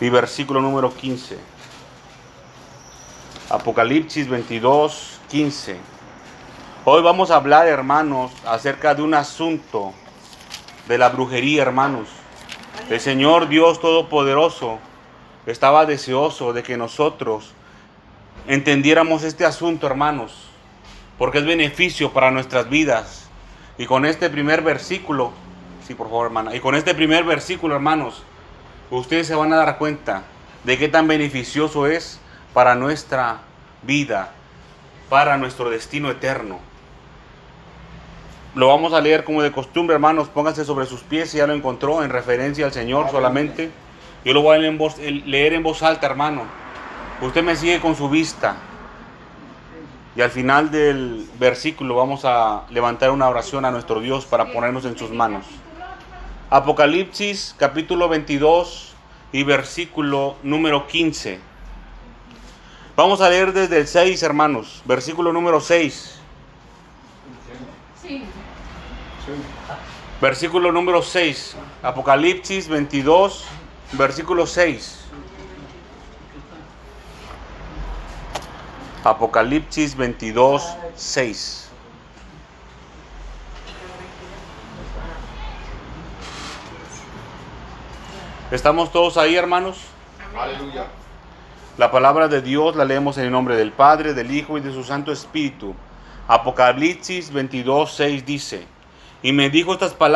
y versículo número 15. Apocalipsis 22, 15. Hoy vamos a hablar, hermanos, acerca de un asunto de la brujería, hermanos. El Señor Dios Todopoderoso estaba deseoso de que nosotros entendiéramos este asunto, hermanos, porque es beneficio para nuestras vidas. Y con este primer versículo, sí, por favor, hermana, y con este primer versículo, hermanos, ustedes se van a dar cuenta de qué tan beneficioso es para nuestra vida, para nuestro destino eterno. Lo vamos a leer como de costumbre, hermanos. Pónganse sobre sus pies si ya lo encontró, en referencia al Señor solamente. Yo lo voy a leer en voz alta, hermano. Usted me sigue con su vista. Y al final del versículo vamos a levantar una oración a nuestro Dios para ponernos en sus manos. Apocalipsis capítulo 22 y versículo número 15. Vamos a leer desde el 6, hermanos. Versículo número 6. Sí. Versículo número 6. Apocalipsis 22, versículo 6. Apocalipsis 22, 6. ¿Estamos todos ahí, hermanos? Aleluya. La palabra de Dios la leemos en el nombre del Padre, del Hijo y de su Santo Espíritu. Apocalipsis 22, 6 dice: Y me dijo,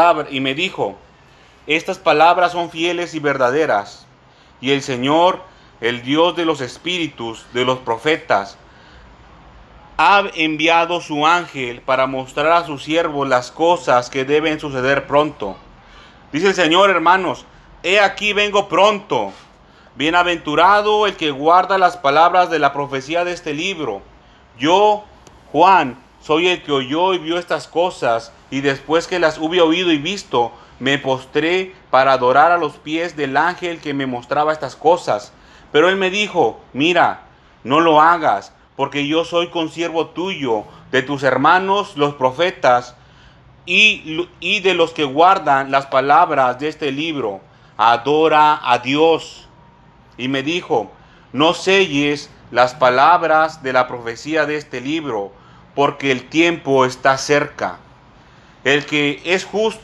estas palabras son fieles y verdaderas. Y el Señor, el Dios de los espíritus de los profetas, ha enviado su ángel para mostrar a sus siervos las cosas que deben suceder pronto. Dice el Señor, hermanos: he aquí vengo pronto. Bienaventurado el que guarda las palabras de la profecía de este libro. Yo, Juan, soy el que oyó y vio estas cosas, y después que las hube oído y visto, me postré para adorar a los pies del ángel que me mostraba estas cosas. Pero él me dijo: mira, no lo hagas, porque yo soy consiervo tuyo, de tus hermanos los profetas, y de los que guardan las palabras de este libro. Adora a Dios. Y me dijo: no selles las palabras de la profecía de este libro, porque el tiempo está cerca. El que es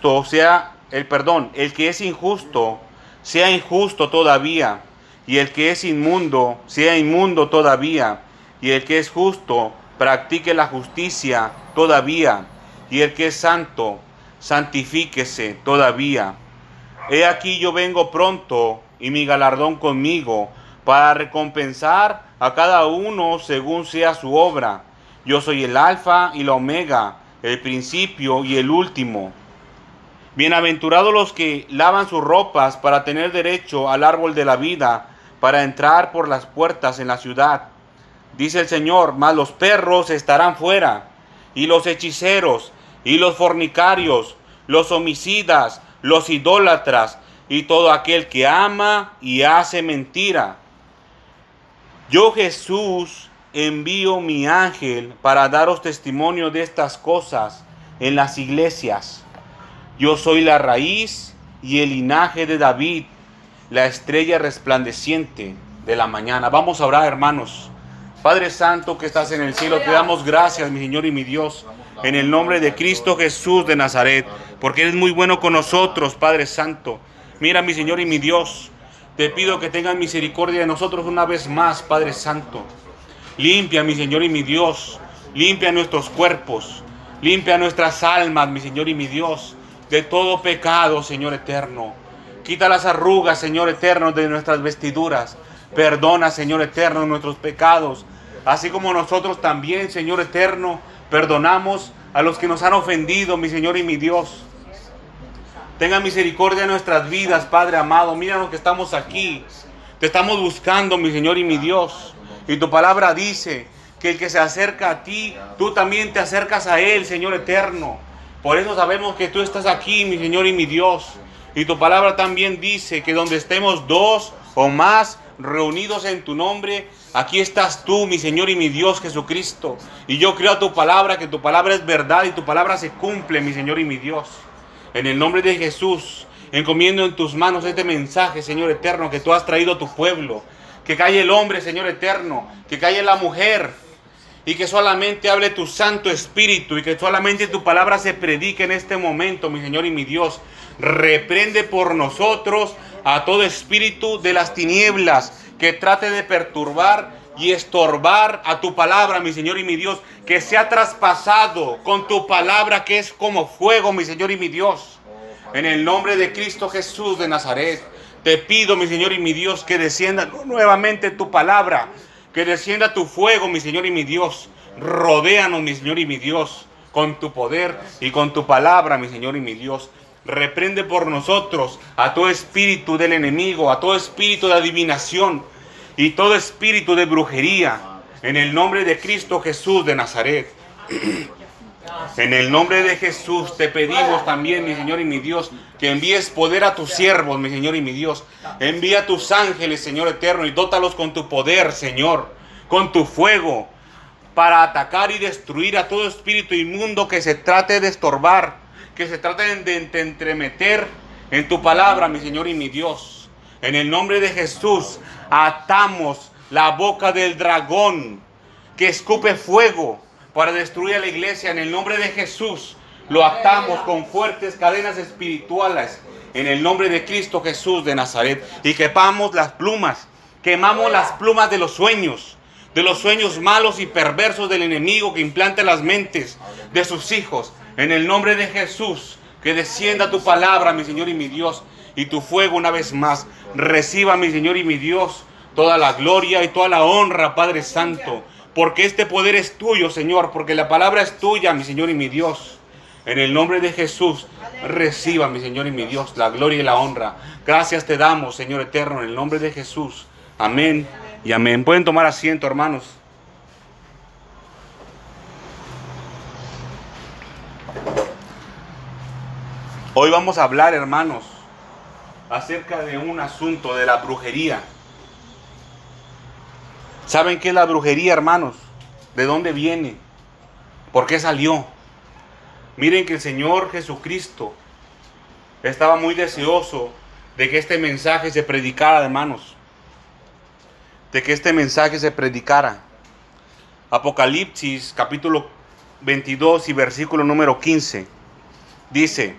injusto, sea injusto todavía, y el que es inmundo, sea inmundo todavía, y el que es justo, practique la justicia todavía, y el que es santo, santifíquese todavía. He aquí yo vengo pronto, y mi galardón conmigo, para recompensar a cada uno según sea su obra. Yo soy el Alfa y la Omega, el principio y el último. Bienaventurados los que lavan sus ropas para tener derecho al árbol de la vida, para entrar por las puertas en la ciudad. Dice el Señor: mas los perros estarán fuera, y los hechiceros, y los fornicarios, los homicidas, los idólatras, y todo aquel que ama y hace mentira. Yo, Jesús, envío mi ángel para daros testimonio de estas cosas en las iglesias. Yo soy la raíz y el linaje de David, la estrella resplandeciente de la mañana. Vamos a orar, hermanos. Padre Santo que estás en el cielo, te damos gracias, mi Señor y mi Dios, en el nombre de Cristo Jesús de Nazaret, porque eres muy bueno con nosotros, Padre Santo. Mira, mi Señor y mi Dios, te pido que tengas misericordia de nosotros una vez más, Padre Santo. Limpia, mi Señor y mi Dios, limpia nuestros cuerpos, limpia nuestras almas, mi Señor y mi Dios, de todo pecado, Señor eterno. Quita las arrugas, Señor eterno, de nuestras vestiduras. Perdona, Señor eterno, nuestros pecados, así como nosotros también, Señor eterno, perdonamos a los que nos han ofendido, mi Señor y mi Dios. Tenga misericordia de nuestras vidas, Padre amado. Míranos que estamos aquí. Te estamos buscando, mi Señor y mi Dios. Y tu palabra dice que el que se acerca a ti, tú también te acercas a Él, Señor eterno. Por eso sabemos que tú estás aquí, mi Señor y mi Dios. Y tu palabra también dice que donde estemos dos o más reunidos en tu nombre, aquí estás tú, mi Señor y mi Dios Jesucristo. Y yo creo a tu palabra, que tu palabra es verdad y tu palabra se cumple, mi Señor y mi Dios. En el nombre de Jesús, Encomiendo en tus manos este mensaje, Señor eterno, que tú has traído a tu pueblo. Que calle el hombre, Señor eterno, que calle la mujer, y que solamente hable tu Santo Espíritu, y que solamente tu palabra se predique en este momento, mi Señor y mi Dios. Reprende por nosotros a todo espíritu de las tinieblas que trate de perturbar y estorbar a tu palabra, mi Señor y mi Dios, que sea traspasado con tu palabra, que es como fuego, mi Señor y mi Dios. En el nombre de Cristo Jesús de Nazaret, te pido, mi Señor y mi Dios, que descienda nuevamente tu palabra, que descienda tu fuego, mi Señor y mi Dios. Rodéanos, mi Señor y mi Dios, con tu poder y con tu palabra, mi Señor y mi Dios. Reprende por nosotros a todo espíritu del enemigo, a todo espíritu de adivinación y todo espíritu de brujería, en el nombre de Cristo Jesús de Nazaret. En el nombre de Jesús te pedimos también, mi Señor y mi Dios, que envíes poder a tus siervos, mi Señor y mi Dios. Envía a tus ángeles, Señor eterno, y dótalos con tu poder, Señor, con tu fuego, para atacar y destruir a todo espíritu inmundo que se trate de estorbar, que se trate de entremeter en tu palabra, mi Señor y mi Dios. En el nombre de Jesús atamos la boca del dragón que escupe fuego para destruir a la iglesia. En el nombre de Jesús lo atamos con fuertes cadenas espirituales, en el nombre de Cristo Jesús de Nazaret. Y quemamos las plumas de los sueños malos y perversos del enemigo que implanta en las mentes de sus hijos. En el nombre de Jesús, que descienda tu palabra, mi Señor y mi Dios, y tu fuego una vez más. Reciba, mi Señor y mi Dios, toda la gloria y toda la honra, Padre Santo, porque este poder es tuyo, Señor, porque la palabra es tuya, mi Señor y mi Dios. En el nombre de Jesús, reciba, mi Señor y mi Dios, la gloria y la honra. Gracias te damos, Señor eterno, en el nombre de Jesús. Amén y amén. Pueden tomar asiento, hermanos. Hoy vamos a hablar, hermanos, acerca de un asunto de la brujería. ¿Saben qué es la brujería, hermanos? ¿De dónde viene? ¿Por qué salió? Miren que el Señor Jesucristo estaba muy deseoso de que este mensaje se predicara, hermanos. De que este mensaje se predicara. Apocalipsis capítulo 22 y versículo número 15. Dice: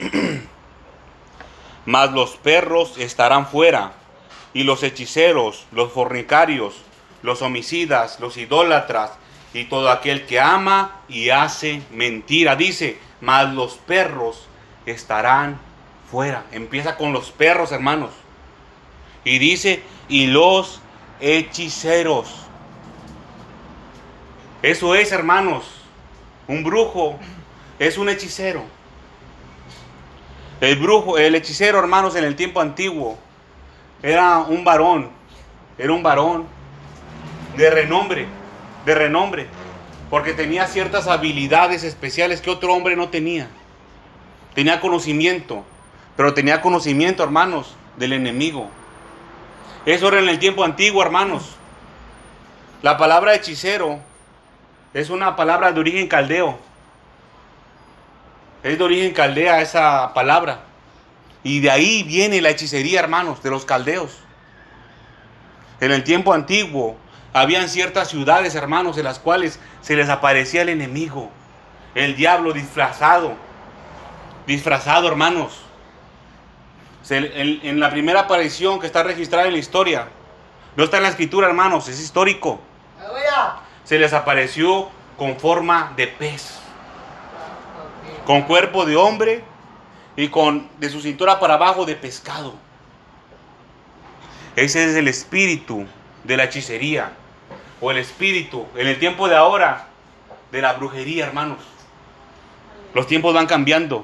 mas los perros estarán fuera, y los hechiceros, los fornicarios, los homicidas, los idólatras, y todo aquel que ama y hace mentira. Dice, mas los perros estarán fuera. Empieza con los perros, hermanos. Y dice, y los hechiceros. Eso es, hermanos. Un brujo es un hechicero. El hechicero, hermanos, en el tiempo antiguo, era un varón de renombre, porque tenía ciertas habilidades especiales que otro hombre no tenía. Tenía conocimiento, pero tenía conocimiento, hermanos, del enemigo. Eso era en el tiempo antiguo, hermanos. La palabra hechicero es una palabra de origen caldeo. Es de origen caldea esa palabra. Y de ahí viene la hechicería, hermanos, de los caldeos. En el tiempo antiguo habían ciertas ciudades, hermanos, en las cuales se les aparecía el enemigo, el diablo disfrazado, hermanos. En la primera aparición que está registrada en la historia, no está en la escritura, hermanos, es histórico. Se les apareció con forma de pez, con cuerpo de hombre y de su cintura para abajo de pescado. Ese es el espíritu de la hechicería, o el espíritu, en el tiempo de ahora, de la brujería, hermanos. Los tiempos van cambiando.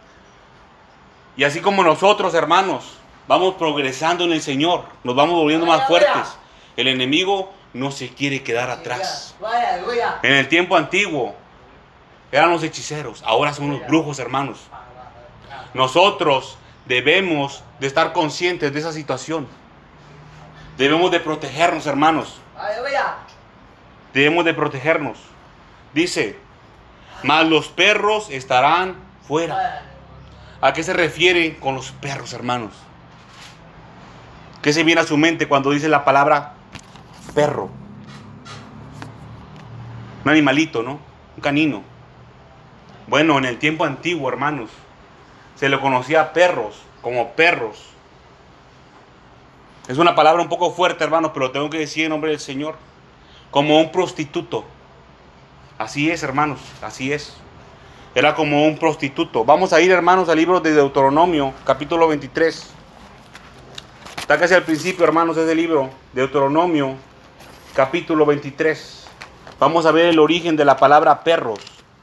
Y así como nosotros, hermanos, vamos progresando en el Señor, nos vamos volviendo más fuertes, el enemigo no se quiere quedar atrás. En el tiempo antiguo eran los hechiceros, ahora son los brujos, hermanos. Nosotros debemos de estar conscientes de esa situación. Debemos de protegernos, hermanos. Debemos de protegernos. Dice, mas los perros estarán fuera. ¿A qué se refiere con los perros, hermanos? ¿Qué se viene a su mente cuando dice la palabra perro? Un animalito, ¿no? Un canino. Bueno, en el tiempo antiguo, hermanos, se le conocía a perros como perros. Es una palabra un poco fuerte, hermanos, pero lo tengo que decir en nombre del Señor. Como un prostituto. Así es, hermanos, así es. Era como un prostituto. Vamos a ir, hermanos, al libro de Deuteronomio, capítulo 23. Está casi al principio, hermanos, de ese libro, Deuteronomio, capítulo 23. Vamos a ver el origen de la palabra perros.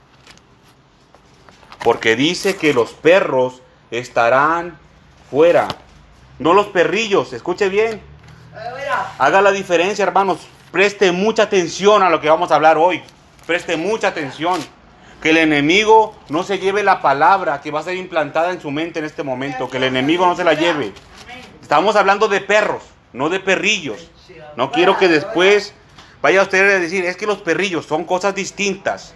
Porque dice que los perros estarán fuera. No los perrillos, escuche bien. Haga la diferencia, hermanos. Preste mucha atención a lo que vamos a hablar hoy. Preste mucha atención. Que el enemigo no se lleve la palabra que va a ser implantada en su mente en este momento. Que el enemigo no se la lleve. Estamos hablando de perros, no de perrillos. No quiero que después vaya usted a decir, es que los perrillos son cosas distintas.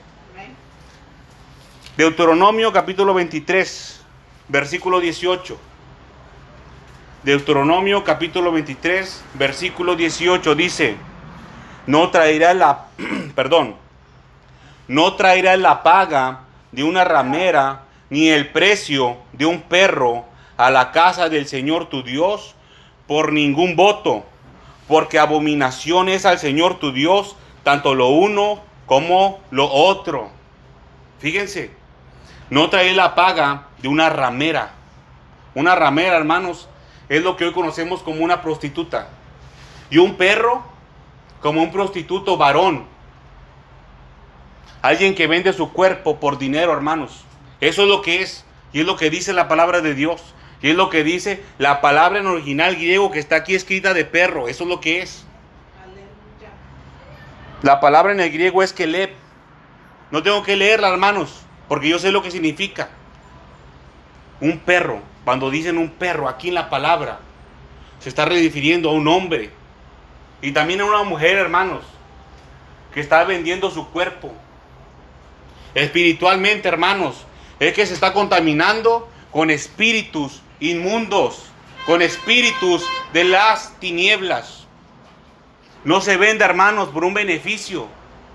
Deuteronomio capítulo 23, versículo 18. Deuteronomio capítulo 23, versículo 18 dice, no traerá la paga de una ramera, ni el precio de un perro a la casa del Señor tu Dios por ningún voto, porque abominación es al Señor tu Dios, tanto lo uno como lo otro. Fíjense, no traerá la paga de una ramera. Una ramera, hermanos, es lo que hoy conocemos como una prostituta. Y un perro, como un prostituto varón. Alguien que vende su cuerpo por dinero, hermanos. Eso es lo que es. Y es lo que dice la palabra de Dios. Y es lo que dice la palabra en original griego que está aquí escrita de perro. Eso es lo que es. Aleluya. La palabra en el griego es kelep. No tengo que leerla, hermanos, porque yo sé lo que significa. Un perro. Cuando dicen un perro aquí en la palabra, se está refiriendo a un hombre. Y también a una mujer, hermanos, que está vendiendo su cuerpo. Espiritualmente, hermanos, es que se está contaminando con espíritus inmundos, con espíritus de las tinieblas. No se vende, hermanos, por un beneficio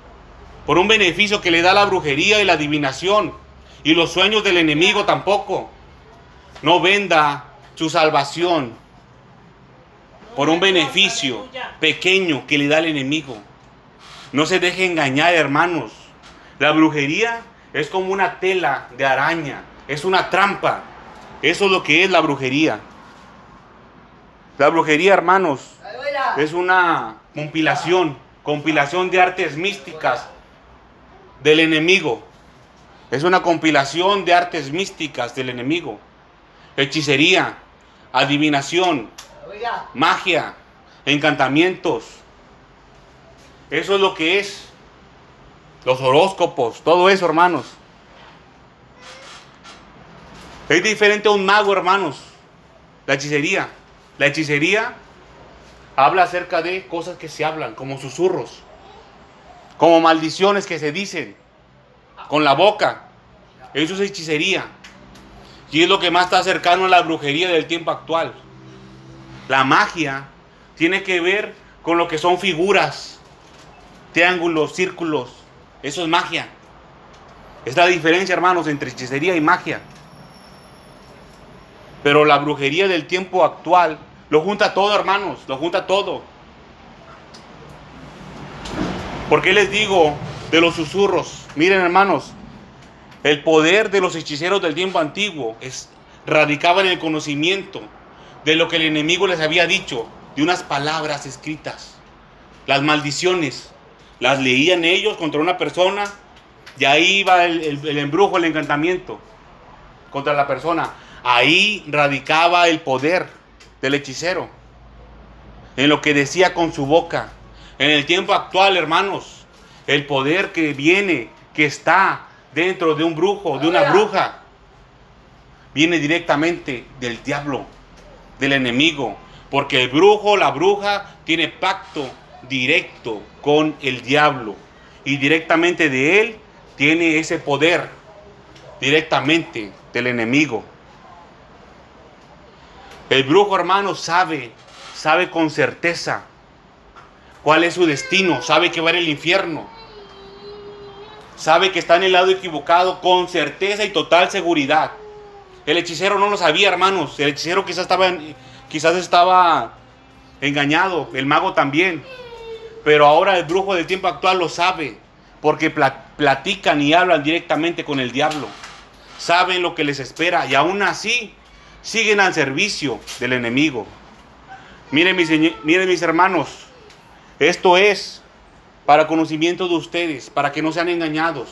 que le da la brujería y la adivinación, y los sueños del enemigo tampoco. No venda su salvación por un beneficio pequeño que le da el enemigo. No se deje engañar, hermanos. La brujería es como una tela de araña, es una trampa. Eso es lo que es la brujería. La brujería, hermanos, es una compilación de artes místicas del enemigo. Es una compilación de artes místicas del enemigo. Hechicería, adivinación, magia, encantamientos. Eso es lo que es. Los horóscopos, todo eso, hermanos. Es diferente a un mago, hermanos. La hechicería. La hechicería habla acerca de cosas que se hablan, como susurros, como maldiciones que se dicen con la boca. Eso es hechicería. Y es lo que más está cercano a la brujería del tiempo actual. La magia tiene que ver con lo que son figuras, triángulos, círculos. Eso es magia. Es la diferencia, hermanos, entre hechicería y magia. Pero la brujería del tiempo actual lo junta todo, hermanos, lo junta todo. ¿Por qué les digo de los susurros? Miren, hermanos, el poder de los hechiceros del tiempo antiguo radicaba en el conocimiento de lo que el enemigo les había dicho, de unas palabras escritas. Las maldiciones las leían ellos contra una persona, y ahí iba el embrujo, el encantamiento contra la persona. Ahí radicaba el poder del hechicero, en lo que decía con su boca. En el tiempo actual, hermanos, el poder que viene, que está dentro de un brujo, de una bruja, viene directamente del diablo, del enemigo. Porque el brujo, la bruja, tiene pacto directo con el diablo. Y directamente de él tiene ese poder, directamente del enemigo. El brujo, hermano, sabe con certeza cuál es su destino, sabe que va a ir al infierno, sabe que está en el lado equivocado con certeza y total seguridad. El hechicero no lo sabía, hermanos. El hechicero quizás estaba engañado, el mago también. Pero ahora el brujo del tiempo actual lo sabe, porque platican y hablan directamente con el diablo. Saben lo que les espera y aún así siguen al servicio del enemigo. Miren mis hermanos, esto es para conocimiento de ustedes, para que no sean engañados.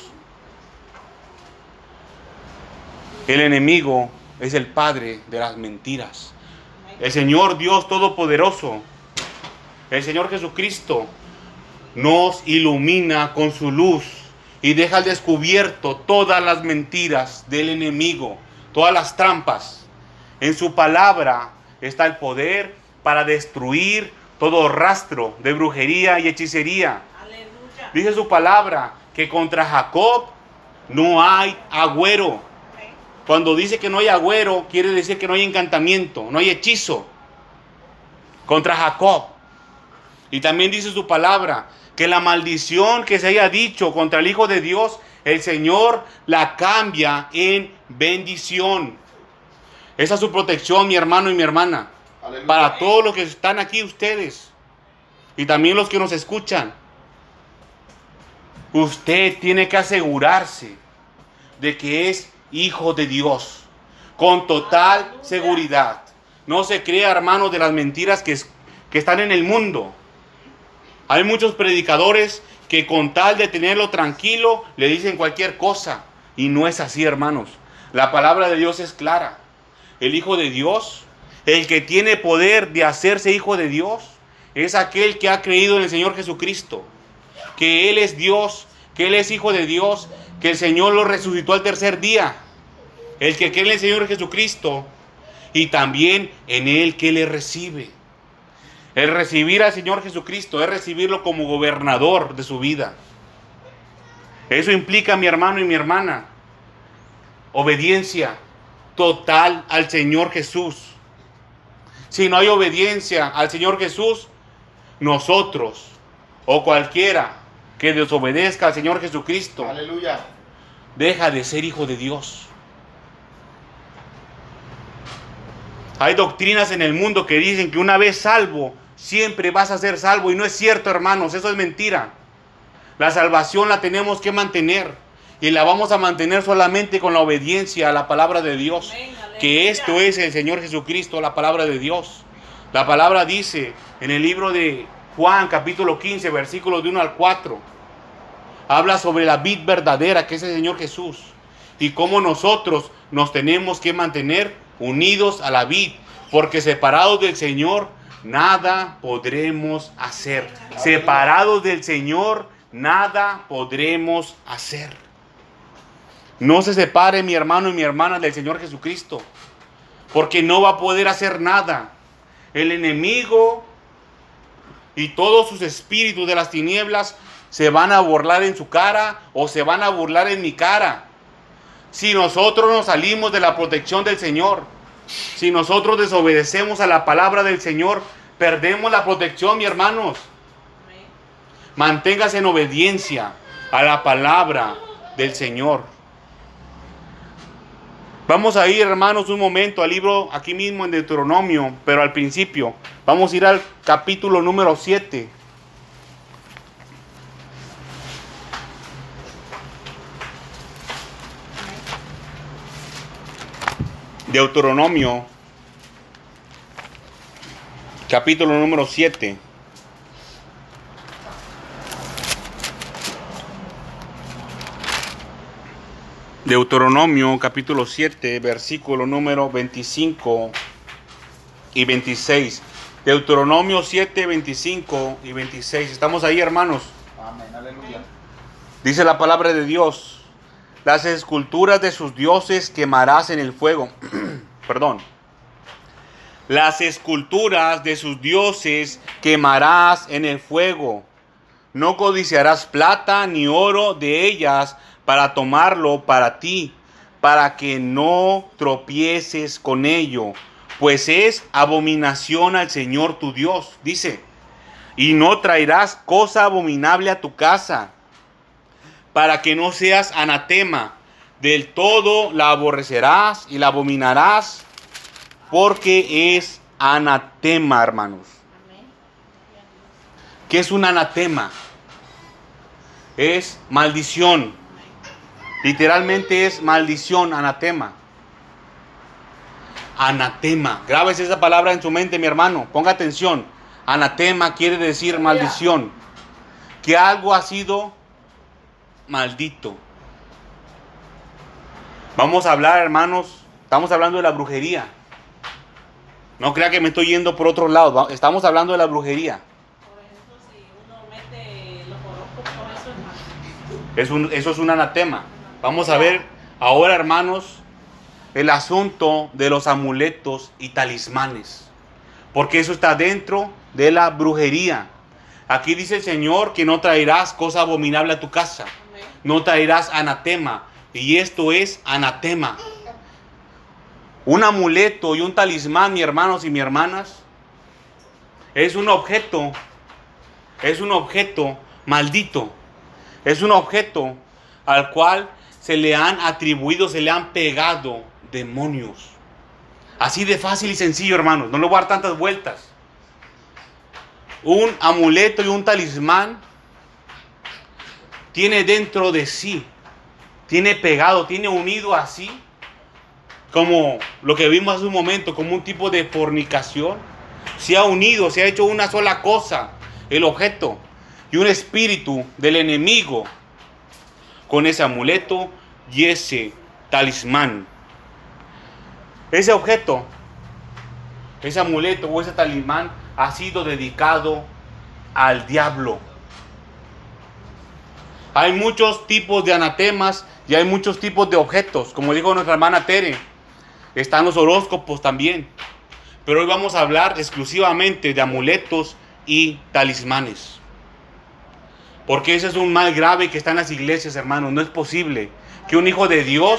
El enemigo es el padre de las mentiras. El Señor Dios Todopoderoso, el Señor Jesucristo, nos ilumina con su luz y deja al descubierto todas las mentiras del enemigo, todas las trampas. En su palabra está el poder para destruir todo rastro de brujería y hechicería. Aleluya. Dice su palabra que contra Jacob no hay agüero. Cuando dice que no hay agüero, quiere decir que no hay encantamiento, no hay hechizo contra Jacob. Y también dice su palabra que la maldición que se haya dicho contra el Hijo de Dios, el Señor la cambia en bendición. Esa es su protección, mi hermano y mi hermana. Aleluya. Para todos los que están aquí, ustedes, y también los que nos escuchan. Usted tiene que asegurarse de que es hijo de Dios, con total seguridad. No se crea, hermano, de las mentiras que están en el mundo. Hay muchos predicadores que con tal de tenerlo tranquilo, le dicen cualquier cosa. Y no es así, hermanos. La palabra de Dios es clara. El Hijo de Dios, el que tiene poder de hacerse hijo de Dios, es aquel que ha creído en el Señor Jesucristo. Que Él es Dios, que Él es Hijo de Dios, que el Señor lo resucitó al tercer día. El que cree en el Señor Jesucristo y también en Él que le recibe. El recibir al Señor Jesucristo es recibirlo como gobernador de su vida. Eso implica, mi hermano y mi hermana, obediencia total al Señor Jesús. Si no hay obediencia al Señor Jesús, nosotros o cualquiera que desobedezca al Señor Jesucristo, aleluya, deja de ser hijo de Dios. Hay doctrinas en el mundo que dicen que una vez salvo, siempre vas a ser salvo. Y no es cierto, hermanos, eso es mentira. La salvación la tenemos que mantener. Y la vamos a mantener solamente con la obediencia a la palabra de Dios. Que esto es el Señor Jesucristo, la palabra de Dios. La palabra dice en el libro de Juan, capítulo 15, versículos de 1 al 4. Habla sobre la vid verdadera, que es el Señor Jesús. Y cómo nosotros nos tenemos que mantener unidos a la vid, porque separados del Señor nada podremos hacer. Separados del Señor nada podremos hacer. No se separe, mi hermano y mi hermana, del Señor Jesucristo, porque no va a poder hacer nada. El enemigo y todos sus espíritus de las tinieblas se van a burlar en su cara o se van a burlar en mi cara. Si nosotros nos salimos de la protección del Señor, si nosotros desobedecemos a la palabra del Señor, perdemos la protección, mis hermanos. Manténgase en obediencia a la palabra del Señor. Vamos a ir, hermanos, un momento al libro aquí mismo en Deuteronomio, pero al principio. Vamos a ir al capítulo número 7. Deuteronomio, capítulo número 7. Deuteronomio, capítulo 7, versículo número 25 y 26. Deuteronomio 7, 25 y 26. ¿Estamos ahí, hermanos? Amén, aleluya. Dice la palabra de Dios: las esculturas de sus dioses quemarás en el fuego. Perdón. Las esculturas de sus dioses quemarás en el fuego. No codiciarás plata ni oro de ellas para tomarlo para ti, para que no tropieces con ello, pues es abominación al Señor tu Dios. Dice, y no traerás cosa abominable a tu casa, para que no seas anatema. Del todo la aborrecerás y la abominarás, porque es anatema, hermanos. ¿Qué es un anatema? Es maldición. Literalmente es maldición, anatema. Anatema. Grábese esa palabra en su mente, mi hermano. Ponga atención. Anatema quiere decir maldición. Que algo ha sido maldito. Vamos a hablar, hermanos. Estamos hablando de la brujería. No crea que me estoy yendo por otro lado. Estamos hablando de la brujería. Por ejemplo, si uno mete los horóscopos, eso es malo. Eso es un anatema. Vamos a ver ahora, hermanos, el asunto de los amuletos y talismanes. Porque eso está dentro de la brujería. Aquí dice el Señor que no traerás cosa abominable a tu casa. Amén. No traerás anatema. Y esto es anatema. Un amuleto y un talismán, mis hermanos y mis hermanas, es un objeto maldito. Es un objeto al cual se le han atribuido, se le han pegado demonios. Así de fácil y sencillo, hermanos. No le voy a dar tantas vueltas. Un amuleto y un talismán tiene dentro de sí, tiene pegado, tiene unido así, como lo que vimos hace un momento, como un tipo de fornicación. Se ha unido, se ha hecho una sola cosa, el objeto y un espíritu del enemigo con ese amuleto y ese talismán. Ese objeto, ese amuleto o ese talismán ha sido dedicado al diablo. Hay muchos tipos de anatemas y hay muchos tipos de objetos. Como dijo nuestra hermana Tere, están los horóscopos también. Pero hoy vamos a hablar exclusivamente de amuletos y talismanes. Porque ese es un mal grave que está en las iglesias, hermanos. No es posible que un hijo de Dios,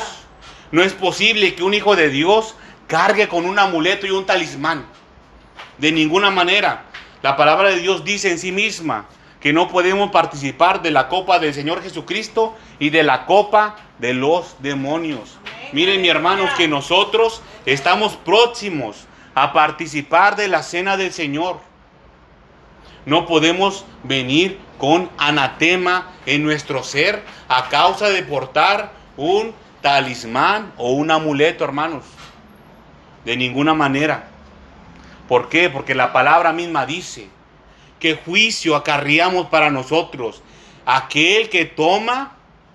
cargue con un amuleto y un talismán. De ninguna manera. La palabra de Dios dice en sí misma que no podemos participar de la copa del Señor Jesucristo y de la copa de los demonios. Miren, mis hermanos, que nosotros estamos próximos a participar de la cena del Señor. No podemos venir con anatema en nuestro ser a causa de portar un talismán o un amuleto, hermanos. De ninguna manera. ¿Por qué? Porque la palabra misma dice que juicio acarreamos para nosotros aquel que toma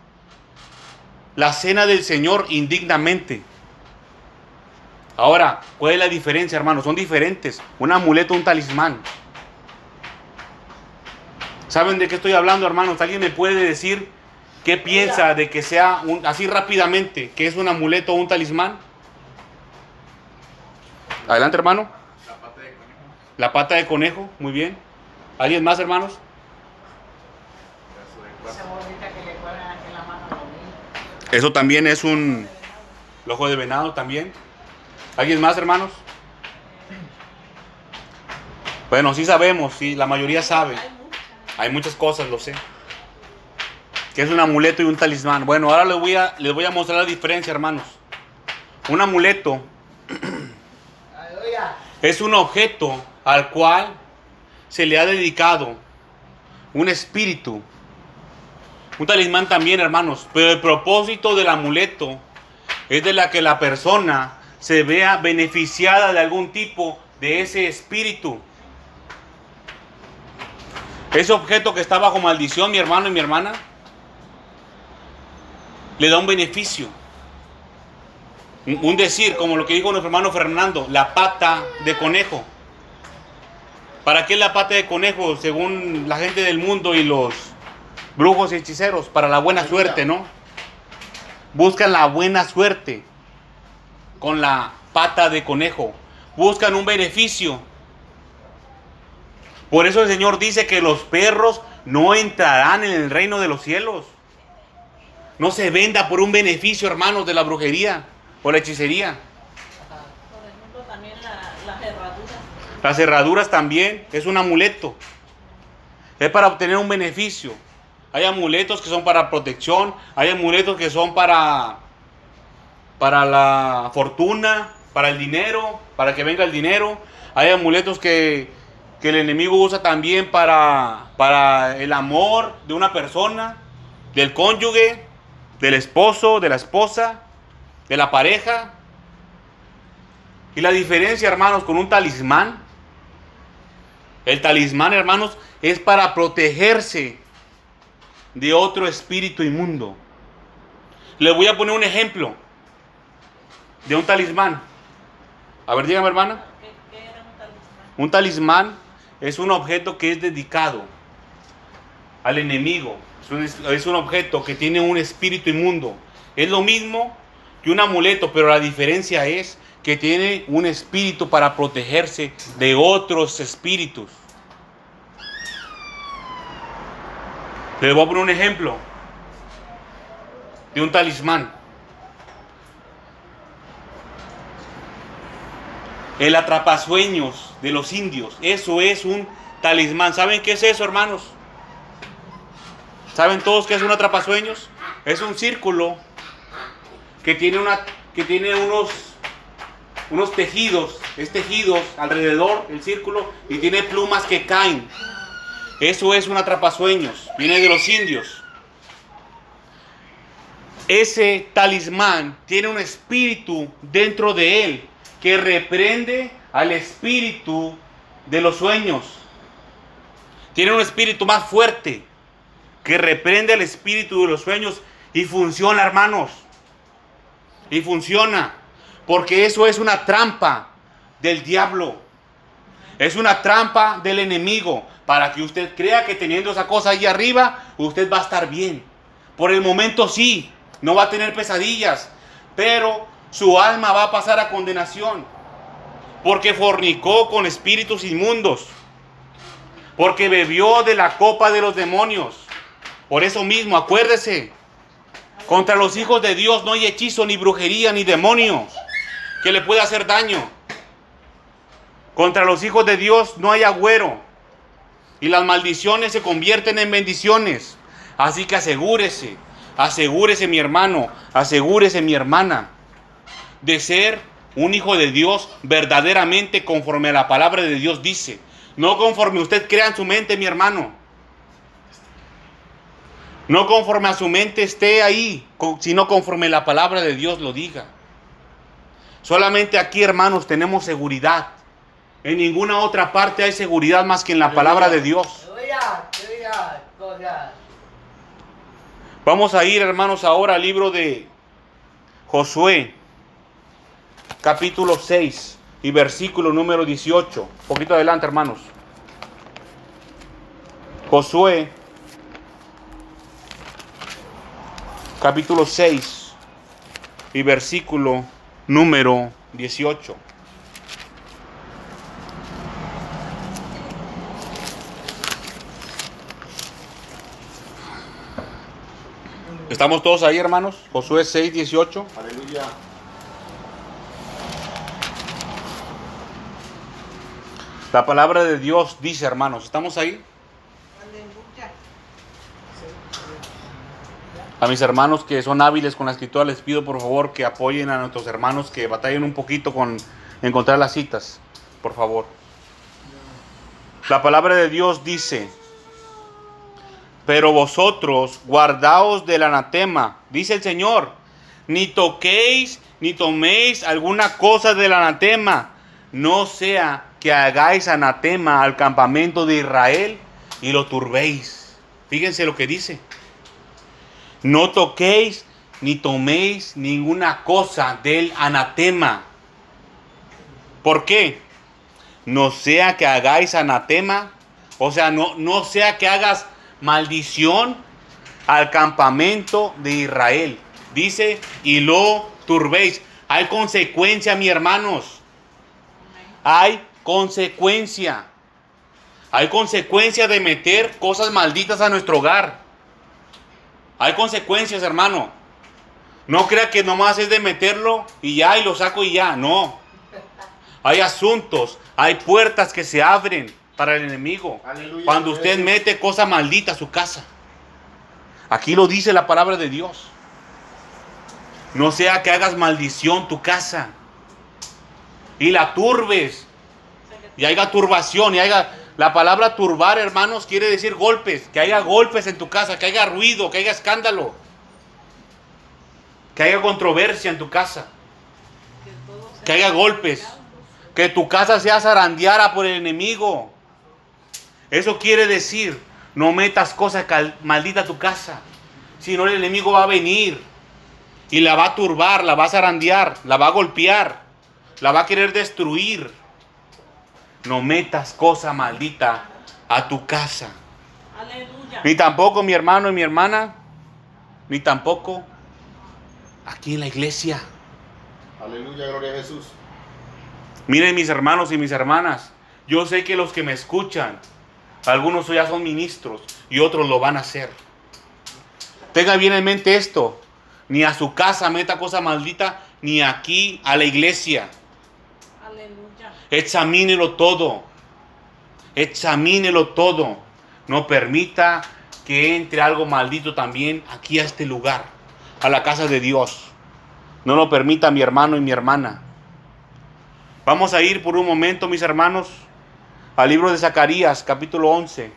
la cena del Señor indignamente. Ahora, ¿cuál es la diferencia, hermanos? Son diferentes. Un amuleto, un talismán. ¿Saben de qué estoy hablando, hermanos? ¿Alguien me puede decir qué piensa de que sea así rápidamente, que es un amuleto o un talismán? Adelante, hermano. La pata de conejo. La pata de conejo, muy bien. ¿Alguien más, hermanos? Esa bolita que le cuelgan aquí en la mano a los niños. Eso también es un... El ojo de venado también. ¿Alguien más, hermanos? Bueno, sí sabemos, sí, la mayoría sabe. Hay muchas cosas, lo sé. Que es un amuleto y un talismán. Bueno, ahora les voy a mostrar la diferencia, hermanos. Un amuleto es un objeto al cual se le ha dedicado un espíritu. Un talismán también, hermanos. Pero el propósito del amuleto es de la que la persona se vea beneficiada de algún tipo de ese espíritu. Ese objeto que está bajo maldición, mi hermano y mi hermana, le da un beneficio. Un decir, como lo que dijo nuestro hermano Fernando, la pata de conejo. ¿Para qué la pata de conejo, según la gente del mundo y los brujos y hechiceros? Para la buena suerte, ¿no? Buscan la buena suerte con la pata de conejo. Buscan un beneficio. Por eso el Señor dice que los perros no entrarán en el reino de los cielos. No se venda por un beneficio, hermanos, de la brujería o la hechicería. Por ejemplo, también Las cerraduras también es un amuleto. Es para obtener un beneficio. Hay amuletos que son para protección, hay amuletos que son para la fortuna, para el dinero, para que venga el dinero. Hay amuletos que el enemigo usa también para el amor de una persona, del cónyuge, del esposo, de la esposa, de la pareja. Y la diferencia, hermanos, con un talismán, el talismán, hermanos, es para protegerse de otro espíritu inmundo. Les voy a poner un ejemplo de un talismán. A ver, dígame, hermana. ¿Qué era un talismán? Un talismán es un objeto que es dedicado al enemigo. Es un objeto que tiene un espíritu inmundo. Es lo mismo que un amuleto, pero la diferencia es que tiene un espíritu para protegerse de otros espíritus. Les voy a poner un ejemplo de un talismán. El atrapasueños de los indios. Eso es un talismán. ¿Saben qué es eso, hermanos? ¿Saben todos qué es un atrapasueños? Es un círculo que tiene unos tejidos. Es tejidos alrededor del círculo y tiene plumas que caen. Eso es un atrapasueños. Viene de los indios. Ese talismán tiene un espíritu dentro de él que reprende al espíritu de los sueños. Tiene un espíritu más fuerte que reprende al espíritu de los sueños y funciona, hermanos. Y funciona porque eso es una trampa del diablo. Es una trampa del enemigo para que usted crea que teniendo esa cosa ahí arriba, usted va a estar bien. Por el momento sí, no va a tener pesadillas, pero su alma va a pasar a condenación. Porque fornicó con espíritus inmundos. Porque bebió de la copa de los demonios. Por eso mismo, acuérdese, contra los hijos de Dios no hay hechizo, ni brujería, ni demonio que le pueda hacer daño. Contra los hijos de Dios no hay agüero. Y las maldiciones se convierten en bendiciones. Así que asegúrese, asegúrese mi hermano, asegúrese mi hermana, de ser un hijo de Dios verdaderamente conforme a la palabra de Dios dice. No conforme usted crea en su mente, mi hermano. No conforme a su mente esté ahí, sino conforme la palabra de Dios lo diga. Solamente aquí, hermanos, tenemos seguridad. En ninguna otra parte hay seguridad más que en la palabra de Dios. Vamos a ir, hermanos, ahora al libro de Josué, capítulo 6 y versículo número 18. Un poquito adelante, hermanos. Josué, capítulo 6 y versículo número 18. ¿Estamos todos ahí, hermanos? Josué 6, 18. Aleluya. La palabra de Dios dice, hermanos, ¿estamos ahí? A mis hermanos que son hábiles con la escritura les pido por favor que apoyen a nuestros hermanos que batallen un poquito con encontrar las citas, por favor. La palabra de Dios dice: pero vosotros guardaos del anatema, dice el Señor, ni toquéis ni toméis alguna cosa del anatema, no sea que hagáis anatema al campamento de Israel y lo turbéis. Fíjense lo que dice. No toquéis ni toméis ninguna cosa del anatema. ¿Por qué? No sea que hagáis anatema, o sea, no sea que hagas maldición al campamento de Israel. Dice, y lo turbéis. Hay consecuencia, mis hermanos. Hay consecuencia. Hay consecuencia de meter cosas malditas a nuestro hogar. Hay consecuencias, hermano. No crea que nomás es de meterlo y ya, y lo saco y ya. No. Hay asuntos, hay puertas que se abren para el enemigo. Aleluya. Cuando usted mete cosa maldita a su casa. Aquí lo dice la palabra de Dios. No sea que hagas maldición tu casa y la turbes, y haya turbación, y haya... La palabra turbar, hermanos, quiere decir golpes. Que haya golpes en tu casa, que haya ruido, que haya escándalo, que haya controversia en tu casa, que haya golpes, que tu casa sea zarandeada por el enemigo. Eso quiere decir, no metas cosas malditas a tu casa, si no el enemigo va a venir y la va a turbar, la va a zarandear, la va a golpear, la va a querer destruir. No metas cosa maldita a tu casa. Aleluya. Ni tampoco mi hermano y mi hermana, ni tampoco aquí en la iglesia. Aleluya, gloria a Jesús. Miren mis hermanos y mis hermanas, yo sé que los que me escuchan, algunos ya son ministros y otros lo van a hacer. Tenga bien en mente esto, ni a su casa meta cosa maldita, ni aquí a la iglesia. Aleluya. Examínelo todo. Examínelo todo. No permita que entre algo maldito también aquí a este lugar, a la casa de Dios. No lo permita mi hermano y mi hermana. Vamos a ir por un momento, mis hermanos, al libro de Zacarías, capítulo 11.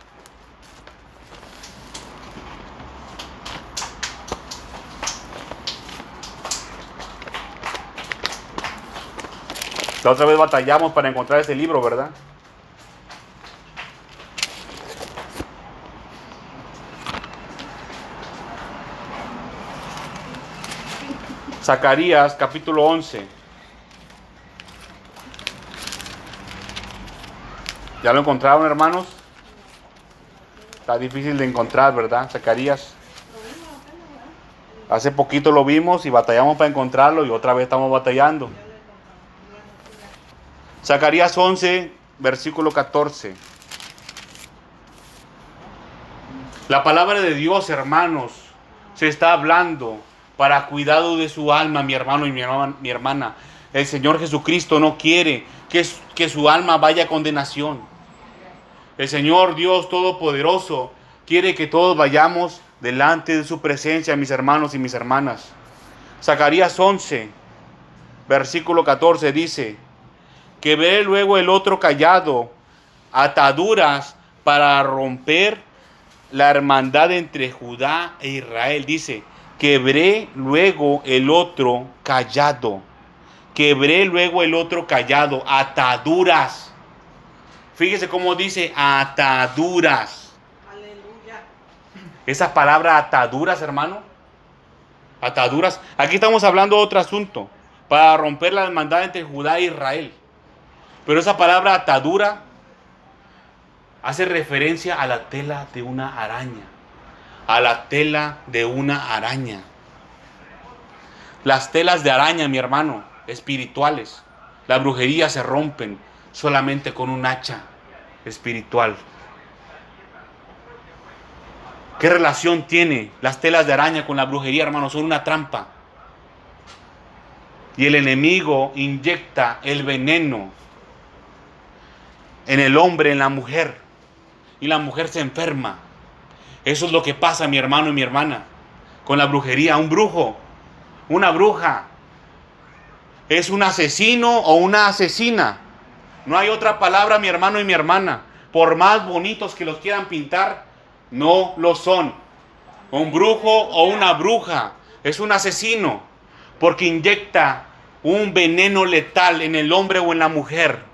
La otra vez batallamos para encontrar ese libro, ¿verdad? Zacarías, capítulo 11. ¿Ya lo encontraron, hermanos? Está difícil de encontrar, ¿verdad? Zacarías. Hace poquito lo vimos y batallamos para encontrarlo y otra vez estamos batallando. Zacarías 11, versículo 14. La palabra de Dios, hermanos, se está hablando para cuidado de su alma, mi hermano y mi hermana. El Señor Jesucristo no quiere que su alma vaya a condenación. El Señor Dios Todopoderoso quiere que todos vayamos delante de su presencia, mis hermanos y mis hermanas. Zacarías 11, versículo 14 dice: que veré luego el otro callado, ataduras para romper la hermandad entre Judá e Israel. Dice, que veré luego el otro callado. Que veré luego el otro callado, ataduras. Fíjese cómo dice ataduras. Aleluya. Esa palabra ataduras, hermano. Ataduras. Aquí estamos hablando de otro asunto. Para romper la hermandad entre Judá e Israel. Pero esa palabra atadura hace referencia a la tela de una araña. A la tela de una araña. Las telas de araña, mi hermano, espirituales. La brujería se rompen solamente con un hacha espiritual. ¿Qué relación tiene las telas de araña con la brujería, hermano? Son una trampa. Y el enemigo inyecta el veneno en el hombre, en la mujer, y la mujer se enferma. Eso es lo que pasa, mi hermano y mi hermana, con la brujería. Un brujo, una bruja, es un asesino o una asesina. No hay otra palabra, mi hermano y mi hermana. Por más bonitos que los quieran pintar, no lo son. Un brujo o una bruja es un asesino, porque inyecta un veneno letal en el hombre o en la mujer.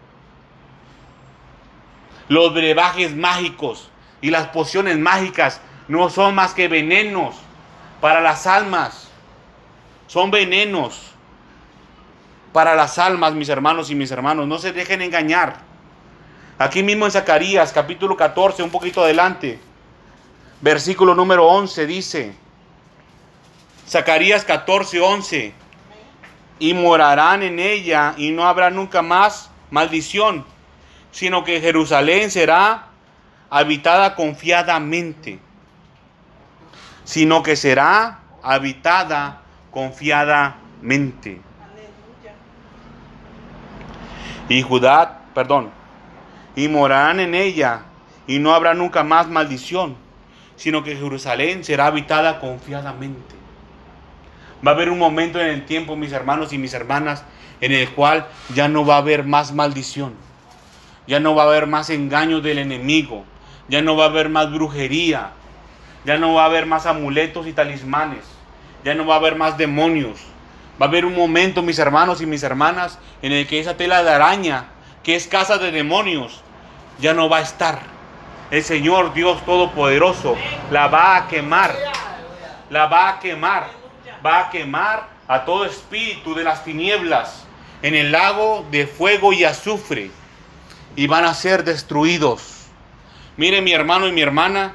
Los brebajes mágicos y las pociones mágicas no son más que venenos para las almas. Son venenos para las almas, mis hermanos y mis hermanos. No se dejen engañar. Aquí mismo en Zacarías, capítulo 14, un poquito adelante, versículo número 11, dice, Zacarías 14, 11, y morarán en ella y no habrá nunca más maldición, sino que Jerusalén será habitada confiadamente. Sino que será habitada confiadamente. Aleluya. y Judá, y morarán en ella, y no habrá nunca más maldición, sino que Jerusalén será habitada confiadamente. Va a haber un momento en el tiempo, mis hermanos y mis hermanas, en el cual ya no va a haber más maldición, ya no va a haber más engaño del enemigo, ya no va a haber más brujería, ya no va a haber más amuletos y talismanes, ya no va a haber más demonios. Va a haber un momento, mis hermanos y mis hermanas, en el que esa tela de araña, que es casa de demonios, ya no va a estar. El Señor Dios Todopoderoso la va a quemar, la va a quemar, va a quemar a todo espíritu de las tinieblas en el lago de fuego y azufre, y van a ser destruidos. Mire, mi hermano y mi hermana,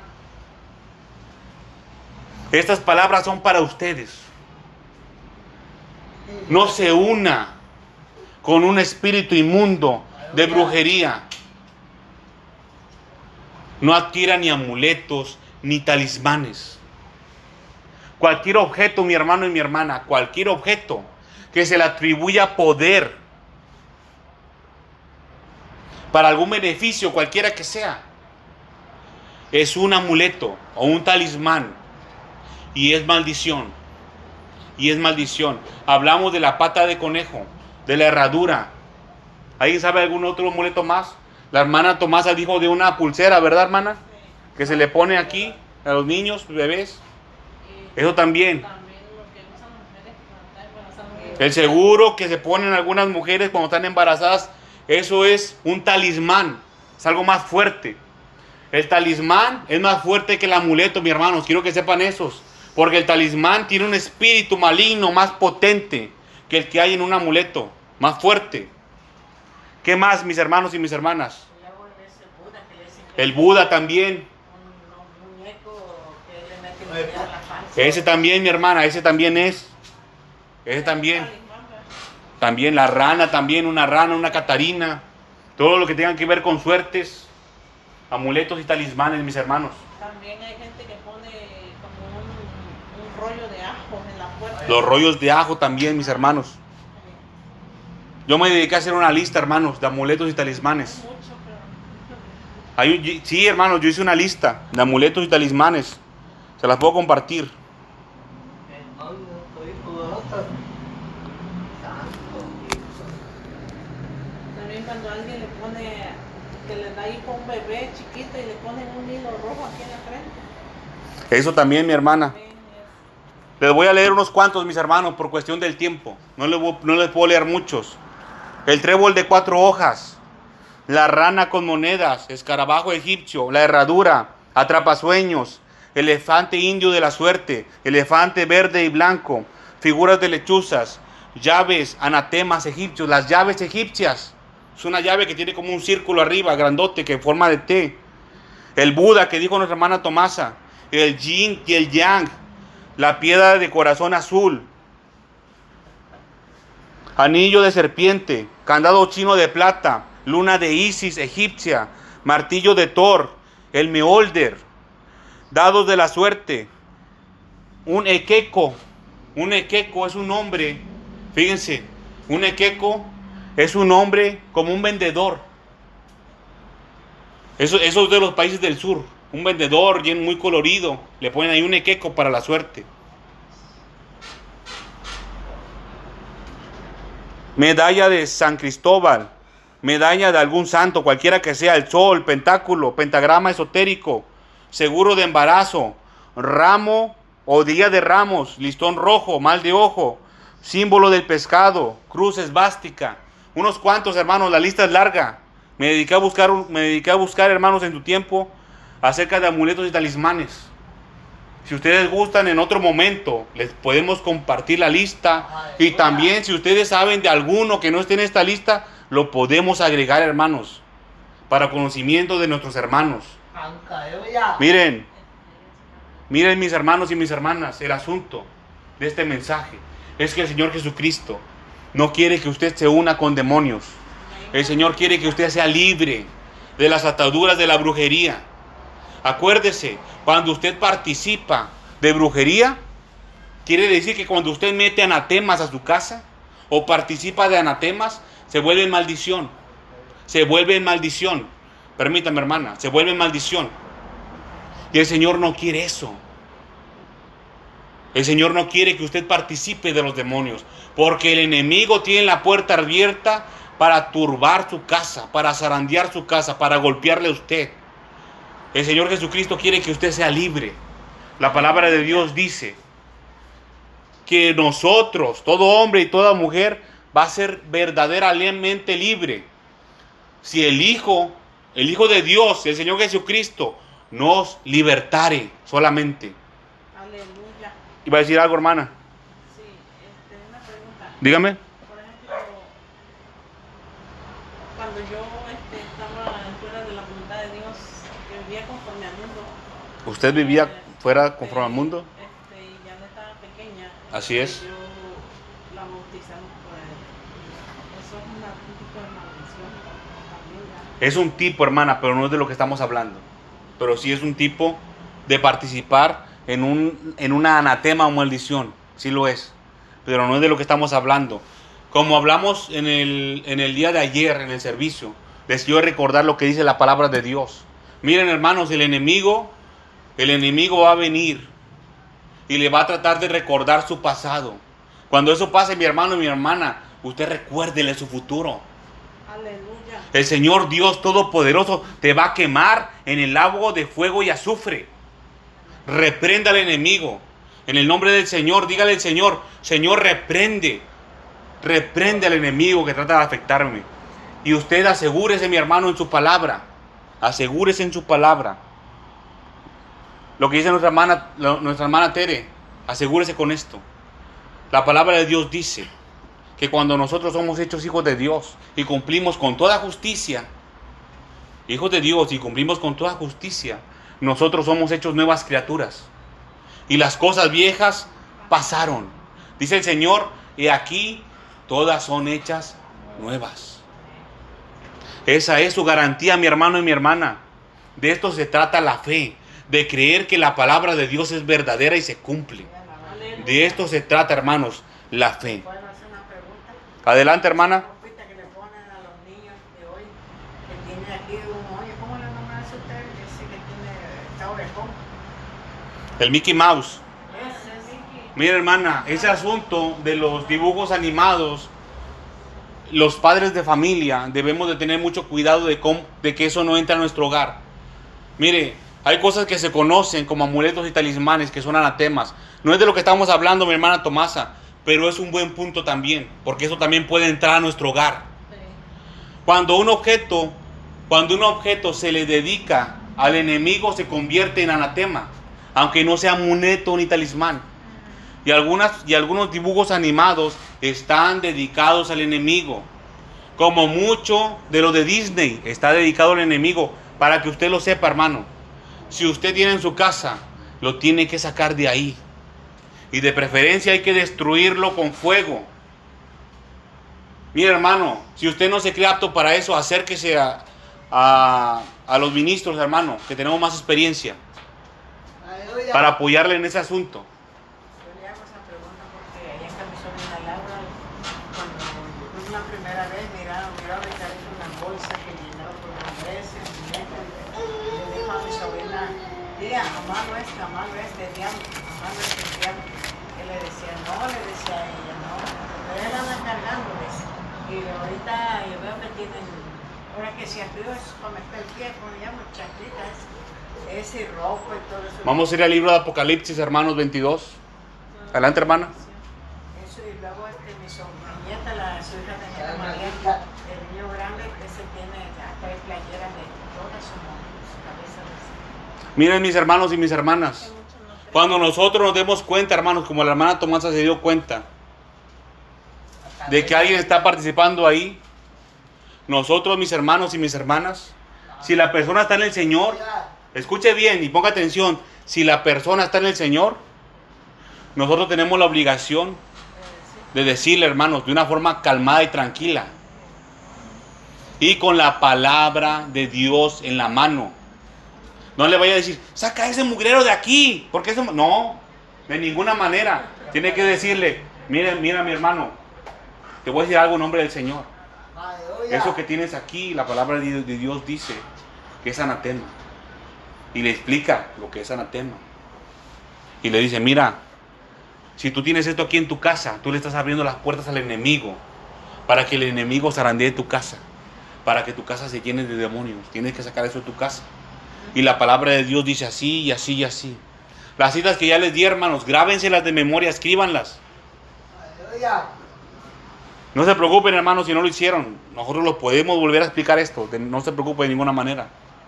estas palabras son para ustedes. No se una con un espíritu inmundo de brujería. No adquiera ni amuletos ni talismanes. Cualquier objeto, mi hermano y mi hermana, cualquier objeto que se le atribuya poder para algún beneficio, cualquiera que sea, es un amuleto o un talismán, y es maldición. Y es maldición. Hablamos de la pata de conejo, de la herradura. ¿Alguien sabe algún otro amuleto más? La hermana Tomasa dijo de una pulsera, ¿verdad, hermana? Que se le pone aquí a los niños, bebés. Eso también. El seguro que se ponen algunas mujeres cuando están embarazadas, eso es un talismán. Es algo más fuerte. El talismán es más fuerte que el amuleto, mis hermanos. Quiero que sepan esos. Porque el talismán tiene un espíritu maligno más potente que el que hay en un amuleto, más fuerte. ¿Qué más, mis hermanos y mis hermanas? El Buda también. Ese también, mi hermana, ese también es. Ese también. También la rana, también una rana, una catarina. Todo lo que tenga que ver con suertes, amuletos y talismanes, mis hermanos. También hay gente que pone como un rollo de ajo en la puerta. Los rollos de ajo también, mis hermanos. Yo me dediqué a hacer una lista, hermanos, de amuletos y talismanes. Sí, hermanos, yo hice una lista de amuletos y talismanes. Se las puedo compartir. También cuando alguien le pone, que le da hijo a un bebé chiquito y le ponen un hilo rojo aquí en la frente. Eso también, mi hermana. Les voy a leer unos cuantos, mis hermanos, por cuestión del tiempo. No les puedo leer muchos. El trébol de 4 hojas, la rana con monedas, escarabajo egipcio, la herradura, atrapasueños, elefante indio de la suerte, elefante verde y blanco, figuras de lechuzas, llaves, anatemas egipcios, las llaves egipcias. Es una llave que tiene como un círculo arriba, grandote, que en forma de T. El Buda, que dijo nuestra hermana Tomasa, el yin y el yang, la piedra de corazón azul, anillo de serpiente, candado chino de plata, luna de Isis egipcia, martillo de Thor, el meolder, dados de la suerte, un equeco. Un equeco es un hombre, fíjense, un equeco es un hombre como un vendedor. Eso es de los países del sur, un vendedor muy colorido, le ponen ahí un equeco para la suerte. Medalla de San Cristóbal, medalla de algún santo, cualquiera que sea, el sol, pentáculo, pentagrama esotérico, seguro de embarazo, ramo o día de ramos, listón rojo, mal de ojo, símbolo del pescado, cruz esvástica, unos cuantos, hermanos, la lista es larga. Me dediqué a buscar, hermanos, en tu tiempo acerca de amuletos y talismanes. Si ustedes gustan, en otro momento les podemos compartir la lista. Y también, si ustedes saben de alguno que no esté en esta lista, lo podemos agregar, hermanos, para conocimiento de nuestros hermanos. Miren, mis hermanos y mis hermanas, el asunto de este mensaje es que el Señor Jesucristo no quiere que usted se una con demonios. El Señor quiere que usted sea libre de las ataduras de la brujería. Acuérdese, cuando usted participa de brujería, quiere decir que cuando usted mete anatemas a su casa o participa de anatemas, se vuelve maldición. se vuelve en maldición. Permítame, hermana, se vuelve en maldición. Y el Señor no quiere eso. El Señor no quiere que usted participe de los demonios, porque el enemigo tiene la puerta abierta para turbar su casa, para zarandear su casa, para golpearle a usted. El Señor Jesucristo quiere que usted sea libre. La palabra de Dios dice que nosotros, todo hombre y toda mujer, va a ser verdaderamente libre si el Hijo de Dios, el Señor Jesucristo, nos libertare solamente. Aleluya. ¿Iba a decir algo, hermana? Sí, una pregunta. Dígame. Por ejemplo, cuando yo estaba fuera de la voluntad de Dios, que vivía conforme al mundo. ¿Usted vivía fuera conforme al mundo? Y ya no estaba pequeña. Así es. Yo la bautizamos por él. Eso es un tipo de maldición también, ¿ya? Es un tipo, hermana, pero no es de lo que estamos hablando. Pero sí es un tipo de participar en una anatema o maldición. Sí lo es. Pero no es de lo que estamos hablando. Como hablamos en el día de ayer, en el servicio, les quiero recordar lo que dice la palabra de Dios. Miren, hermanos, el enemigo va a venir y le va a tratar de recordar su pasado. Cuando eso pase, mi hermano y mi hermana, usted recuérdele su futuro. Aleluya. El Señor Dios Todopoderoso te va a quemar en el lago de fuego y azufre. Reprenda al enemigo. En el nombre del Señor, dígale al Señor, Señor, reprende al enemigo que trata de afectarme. Y usted asegúrese, mi hermano, en su palabra. Asegúrese en su palabra. Lo que dice nuestra hermana Tere, asegúrese con esto. La palabra de Dios dice que cuando nosotros somos hechos hijos de Dios y cumplimos con toda justicia, hijos de Dios y cumplimos con toda justicia, nosotros somos hechos nuevas criaturas. Y las cosas viejas pasaron. Dice el Señor, y aquí todas son hechas nuevas. Esa es su garantía, mi hermano y mi hermana. De esto se trata la fe, de creer que la palabra de Dios es verdadera y se cumple. De esto se trata, hermanos, la fe. ¿Puedo hacer una pregunta? Adelante, hermana. La ropita que le ponen a los niños de hoy, que tiene aquí un hoyo, ¿cómo le nombran eso usted? Ese que tiene, está orejón. El Mickey Mouse. Ese es. Mira, hermana, ese asunto de los dibujos animados, los padres de familia debemos de tener mucho cuidado de que eso no entre a nuestro hogar. Mire, hay cosas que se conocen como amuletos y talismanes que son anatemas. No es de lo que estamos hablando, mi hermana Tomasa, pero es un buen punto también, porque eso también puede entrar a nuestro hogar. Sí. Cuando un objeto se le dedica al enemigo, se convierte en anatema, aunque no sea amuleto ni talismán. Y algunos dibujos animados están dedicados al enemigo. Como mucho de lo de Disney está dedicado al enemigo. Para que usted lo sepa, hermano. Si usted tiene en su casa, lo tiene que sacar de ahí. Y de preferencia hay que destruirlo con fuego. Mire, hermano, si usted no se cree apto para eso, acérquese a los ministros, hermano, que tenemos más experiencia, para apoyarle en ese asunto. Yo le hago esa pregunta porque allá está mi sobrina Laura, cuando fue la primera vez, miraba que había una bolsa que llenaba por los meses, y le dijo a mi sobrina, mira, amado este, diablo, amado este diablo. Él le decía, no, le decía a ella, no, pero él anda cargando, dice. Y ahorita yo veo que tienen, ahora que se abrió eso para meter el pie, como le llamo, chanclitas, ese ropa y todo eso. Vamos a ir al libro de Apocalipsis, hermanos 22. Adelante, hermana. Eso, y luego mi nieta, su hija de nieta María, el niño grande, ese tiene hasta playeras de toda su cabeza. Miren, mis hermanos y mis hermanas, cuando nosotros nos demos cuenta, hermanos, como la hermana Tomasa se dio cuenta de que alguien está participando ahí, nosotros, mis hermanos y mis hermanas, si la persona está en el Señor, escuche bien y ponga atención, si la persona está en el Señor, nosotros tenemos la obligación de decirle, hermanos, de una forma calmada y tranquila, y con la palabra de Dios en la mano. No le vaya a decir, saca ese mugrero de aquí, porque eso no, de ninguna manera. Tiene que decirle, mira mi hermano, te voy a decir algo en nombre del Señor. Eso que tienes aquí, la palabra de Dios dice que es anatema. Y le explica lo que es anatema. Y le dice, mira, si tú tienes esto aquí en tu casa, tú le estás abriendo las puertas al enemigo para que el enemigo zarandee tu casa, para que tu casa se llene de demonios. Tienes que sacar eso de tu casa. Y la palabra de Dios dice así y así y así. Las citas que ya les di, hermanos, grábenselas de memoria, escríbanlas. No se preocupen, hermanos, si no lo hicieron. Nosotros lo podemos volver a explicar esto. No se preocupen de ninguna manera.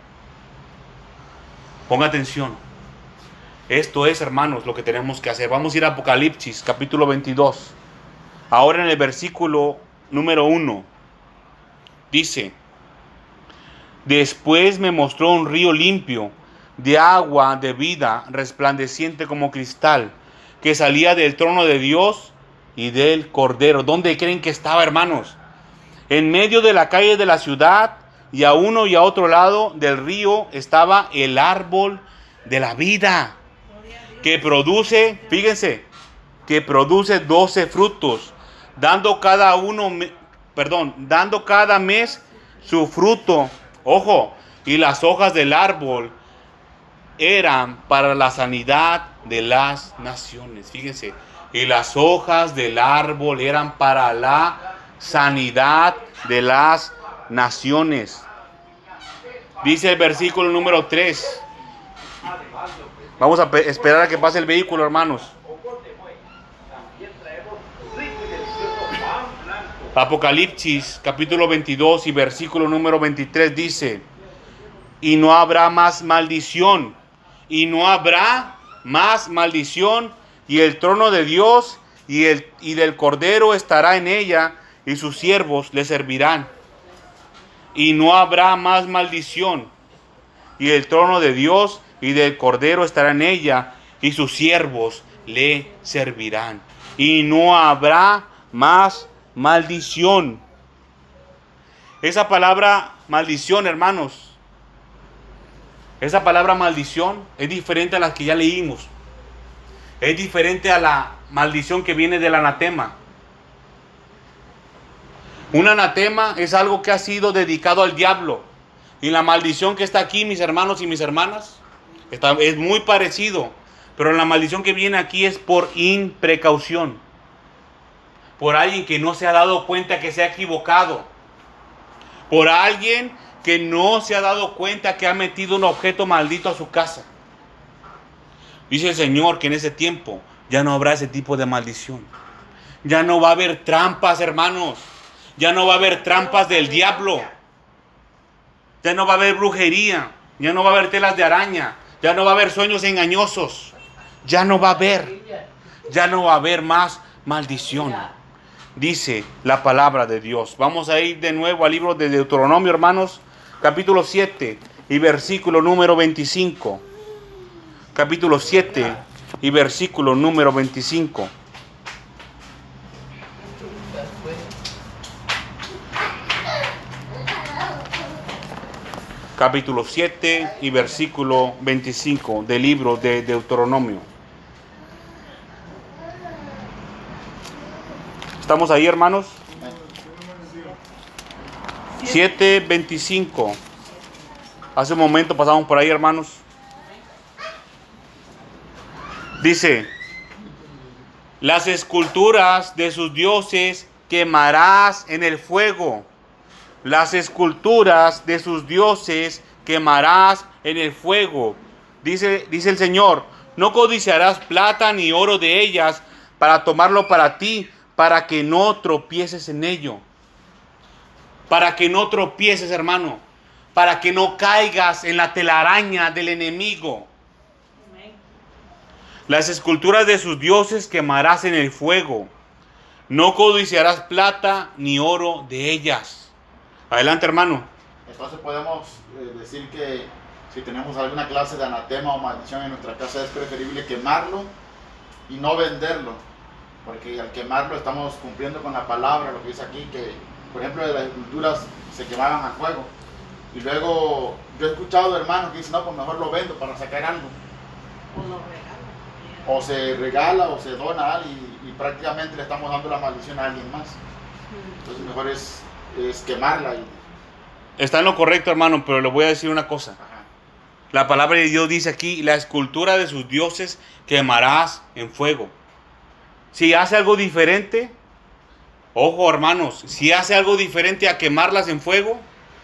Ponga atención. Esto es, hermanos, lo que tenemos que hacer. Vamos a ir a Apocalipsis, capítulo 22. Ahora en el versículo número 1. Dice: después me mostró un río limpio, de agua de vida, resplandeciente como cristal, que salía del trono de Dios y del Cordero. ¿Dónde creen que estaba, hermanos? En medio de la calle de la ciudad, y a uno y a otro lado del río estaba el árbol de la vida, que produce, fíjense, que produce 12 frutos, dando cada mes su fruto. Ojo, y las hojas del árbol eran para la sanidad de las naciones. Fíjense, y las hojas del árbol eran para la sanidad de las naciones. Dice el versículo número 3. Vamos a esperar a que pase el vehículo, hermanos. Apocalipsis capítulo 22 y versículo número 23 dice: y no habrá más maldición, y no habrá más maldición, y el trono de Dios y del Cordero estará en ella, y sus siervos le servirán. Y no habrá más maldición, y el trono de Dios y del Cordero estará en ella, y sus siervos le servirán. Y no habrá más maldición. Esa palabra maldición, hermanos, esa palabra maldición es diferente a las que ya leímos. Es diferente a la maldición que viene del anatema. Un anatema es algo que ha sido dedicado al diablo. Y la maldición que está aquí, mis hermanos y mis hermanas, es muy parecido. Pero la maldición que viene aquí es por imprecaución. Por alguien que no se ha dado cuenta que se ha equivocado. Por alguien que no se ha dado cuenta que ha metido un objeto maldito a su casa. Dice el Señor que en ese tiempo ya no habrá ese tipo de maldición. Ya no va a haber trampas, hermanos. Ya no va a haber trampas del diablo. Ya no va a haber brujería. Ya no va a haber telas de araña. Ya no va a haber sueños engañosos. Ya no va a haber. Ya no va a haber más maldición. Dice la palabra de Dios. Vamos a ir de nuevo al libro de Deuteronomio, hermanos. Capítulo 7 y versículo número 25. Capítulo 7 y versículo número 25. Capítulo 7 y versículo 25 del libro de Deuteronomio. ¿Estamos ahí, hermanos? 7:25. Hace un momento pasamos por ahí, hermanos. Dice: las esculturas de sus dioses quemarás en el fuego. Las esculturas de sus dioses quemarás en el fuego. Dice el Señor: no codiciarás plata ni oro de ellas para tomarlo para ti, para que no tropieces en ello. Para que no tropieces, hermano. Para que no caigas en la telaraña del enemigo. Las esculturas de sus dioses quemarás en el fuego. No codiciarás plata ni oro de ellas. Adelante, hermano. Entonces podemos decir que si tenemos alguna clase de anatema o maldición en nuestra casa, es preferible quemarlo y no venderlo. Porque al quemarlo estamos cumpliendo con la palabra, lo que dice aquí, que por ejemplo las esculturas se quemaban a fuego. Y luego yo he escuchado hermanos que dicen: no, pues mejor lo vendo para sacar algo. O se regala o se dona a alguien y prácticamente le estamos dando la maldición a alguien más. Entonces mejor es es quemarla. Está en lo correcto, hermano, pero le voy a decir una cosa. Ajá. La palabra de Dios dice aquí, la escultura de sus dioses quemarás en fuego. Si hace algo diferente, ojo hermanos, si hace algo diferente a quemarlas en fuego,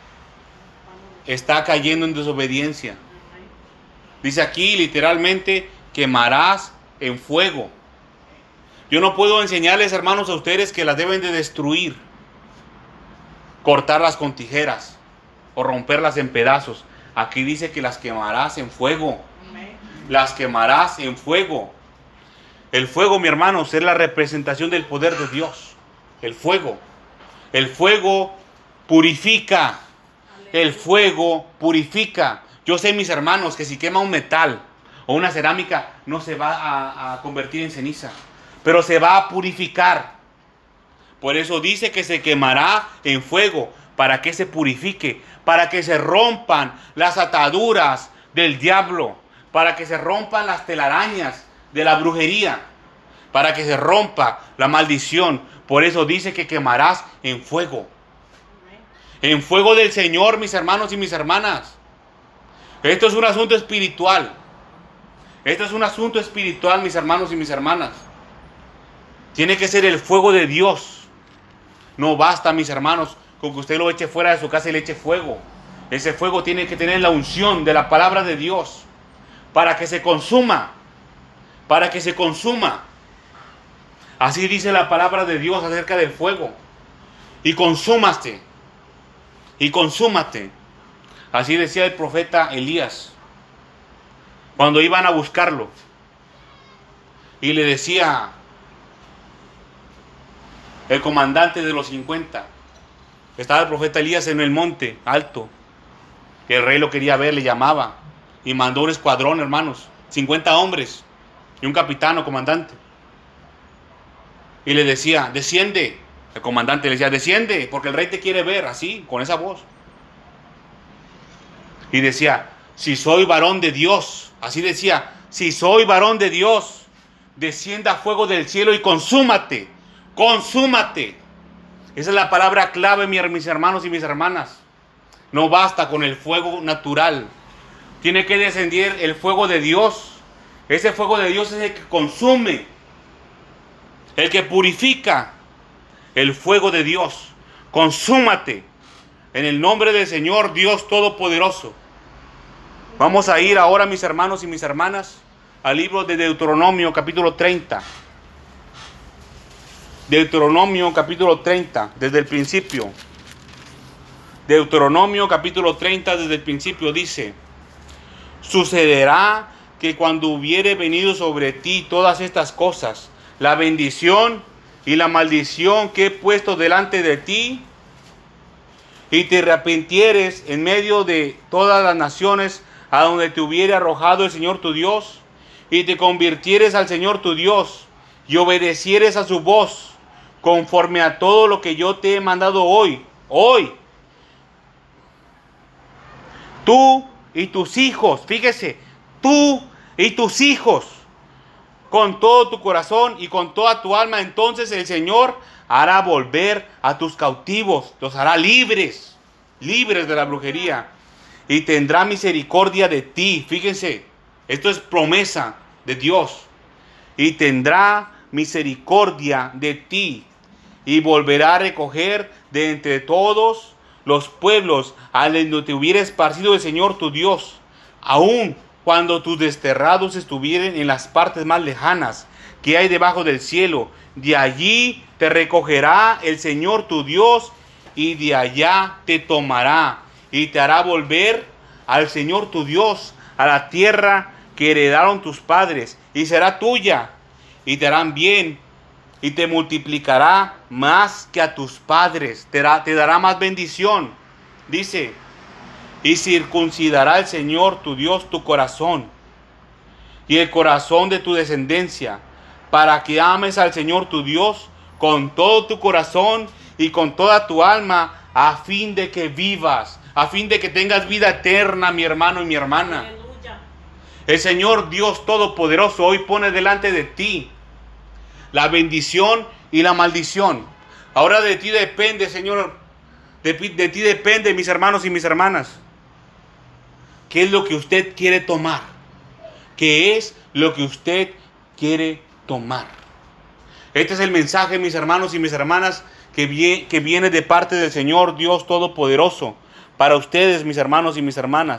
está cayendo en desobediencia. Dice aquí literalmente, quemarás en fuego. Yo no puedo enseñarles, hermanos, a ustedes que las deben de destruir, cortarlas con tijeras o romperlas en pedazos. Aquí dice que las quemarás en fuego. Las quemarás en fuego. El fuego, mi hermanos, es la representación del poder de Dios. El fuego. El fuego purifica. El fuego purifica. Yo sé, mis hermanos, que si quema un metal o una cerámica, no se va a convertir en ceniza, pero se va a purificar. Por eso dice que se quemará en fuego, para que se purifique, para que se rompan las ataduras del diablo, para que se rompan las telarañas de la brujería, para que se rompa la maldición. Por eso dice que quemarás en fuego. En fuego del Señor, mis hermanos y mis hermanas. Esto es un asunto espiritual. Esto es un asunto espiritual, mis hermanos y mis hermanas. Tiene que ser el fuego de Dios. No basta, mis hermanos, con que usted lo eche fuera de su casa y le eche fuego. Ese fuego tiene que tener la unción de la palabra de Dios para que se consuma. Para que se consuma. Así dice la palabra de Dios acerca del fuego. Y consúmate. Y consúmate. Así decía el profeta Elías cuando iban a buscarlo. Y le decía el comandante de los 50. Estaba el profeta Elías en el monte alto. Que el rey lo quería ver, le llamaba. Y mandó un escuadrón, hermanos. 50 hombres. Y un capitán o comandante. Y le decía, desciende. El comandante le decía, desciende, porque el rey te quiere ver, así, con esa voz. Y decía, si soy varón de Dios, así decía, si soy varón de Dios, descienda fuego del cielo y consúmate, consúmate. Esa es la palabra clave, mis hermanos y mis hermanas. No basta con el fuego natural. Tiene que descender el fuego de Dios. Ese fuego de Dios es el que consume, el que purifica. El fuego de Dios. Consúmate. En el nombre del Señor Dios Todopoderoso. Vamos a ir ahora, mis hermanos y mis hermanas, al libro de Deuteronomio capítulo 30. Deuteronomio capítulo 30, desde el principio. Deuteronomio capítulo 30, desde el principio dice: sucederá que cuando hubiere venido sobre ti todas estas cosas, la bendición y la maldición que he puesto delante de ti, y te arrepintieres en medio de todas las naciones a donde te hubiere arrojado el Señor tu Dios, y te convirtieres al Señor tu Dios, y obedecieres a su voz, conforme a todo lo que yo te he mandado hoy, tú y tus hijos, fíjese, tú y tus hijos, con todo tu corazón y con toda tu alma, entonces el Señor hará volver a tus cautivos, los hará libres de la brujería, y tendrá misericordia de ti. Fíjense, esto es promesa de Dios. Y tendrá misericordia de ti, y volverá a recoger de entre todos los pueblos a donde te hubiera esparcido el Señor tu Dios, aún cuando tus desterrados estuvieren en las partes más lejanas que hay debajo del cielo. De allí te recogerá el Señor tu Dios, y de allá te tomará, y te hará volver al Señor tu Dios, a la tierra que heredaron tus padres, y será tuya, y te harán bien, y te multiplicará más que a tus padres, te dará más bendición. Dice: y circuncidará el Señor tu Dios tu corazón y el corazón de tu descendencia, para que ames al Señor tu Dios con todo tu corazón y con toda tu alma, a fin de que vivas, a fin de que tengas vida eterna, mi hermano y mi hermana. Aleluya. El Señor Dios Todopoderoso hoy pone delante de ti la bendición y la maldición. Ahora de ti depende, Señor, De ti depende, mis hermanos y mis hermanas. ¿Qué es lo que usted quiere tomar? ¿Qué es lo que usted quiere tomar? Este es el mensaje, mis hermanos y mis hermanas, que viene de parte del Señor Dios Todopoderoso para ustedes, mis hermanos y mis hermanas.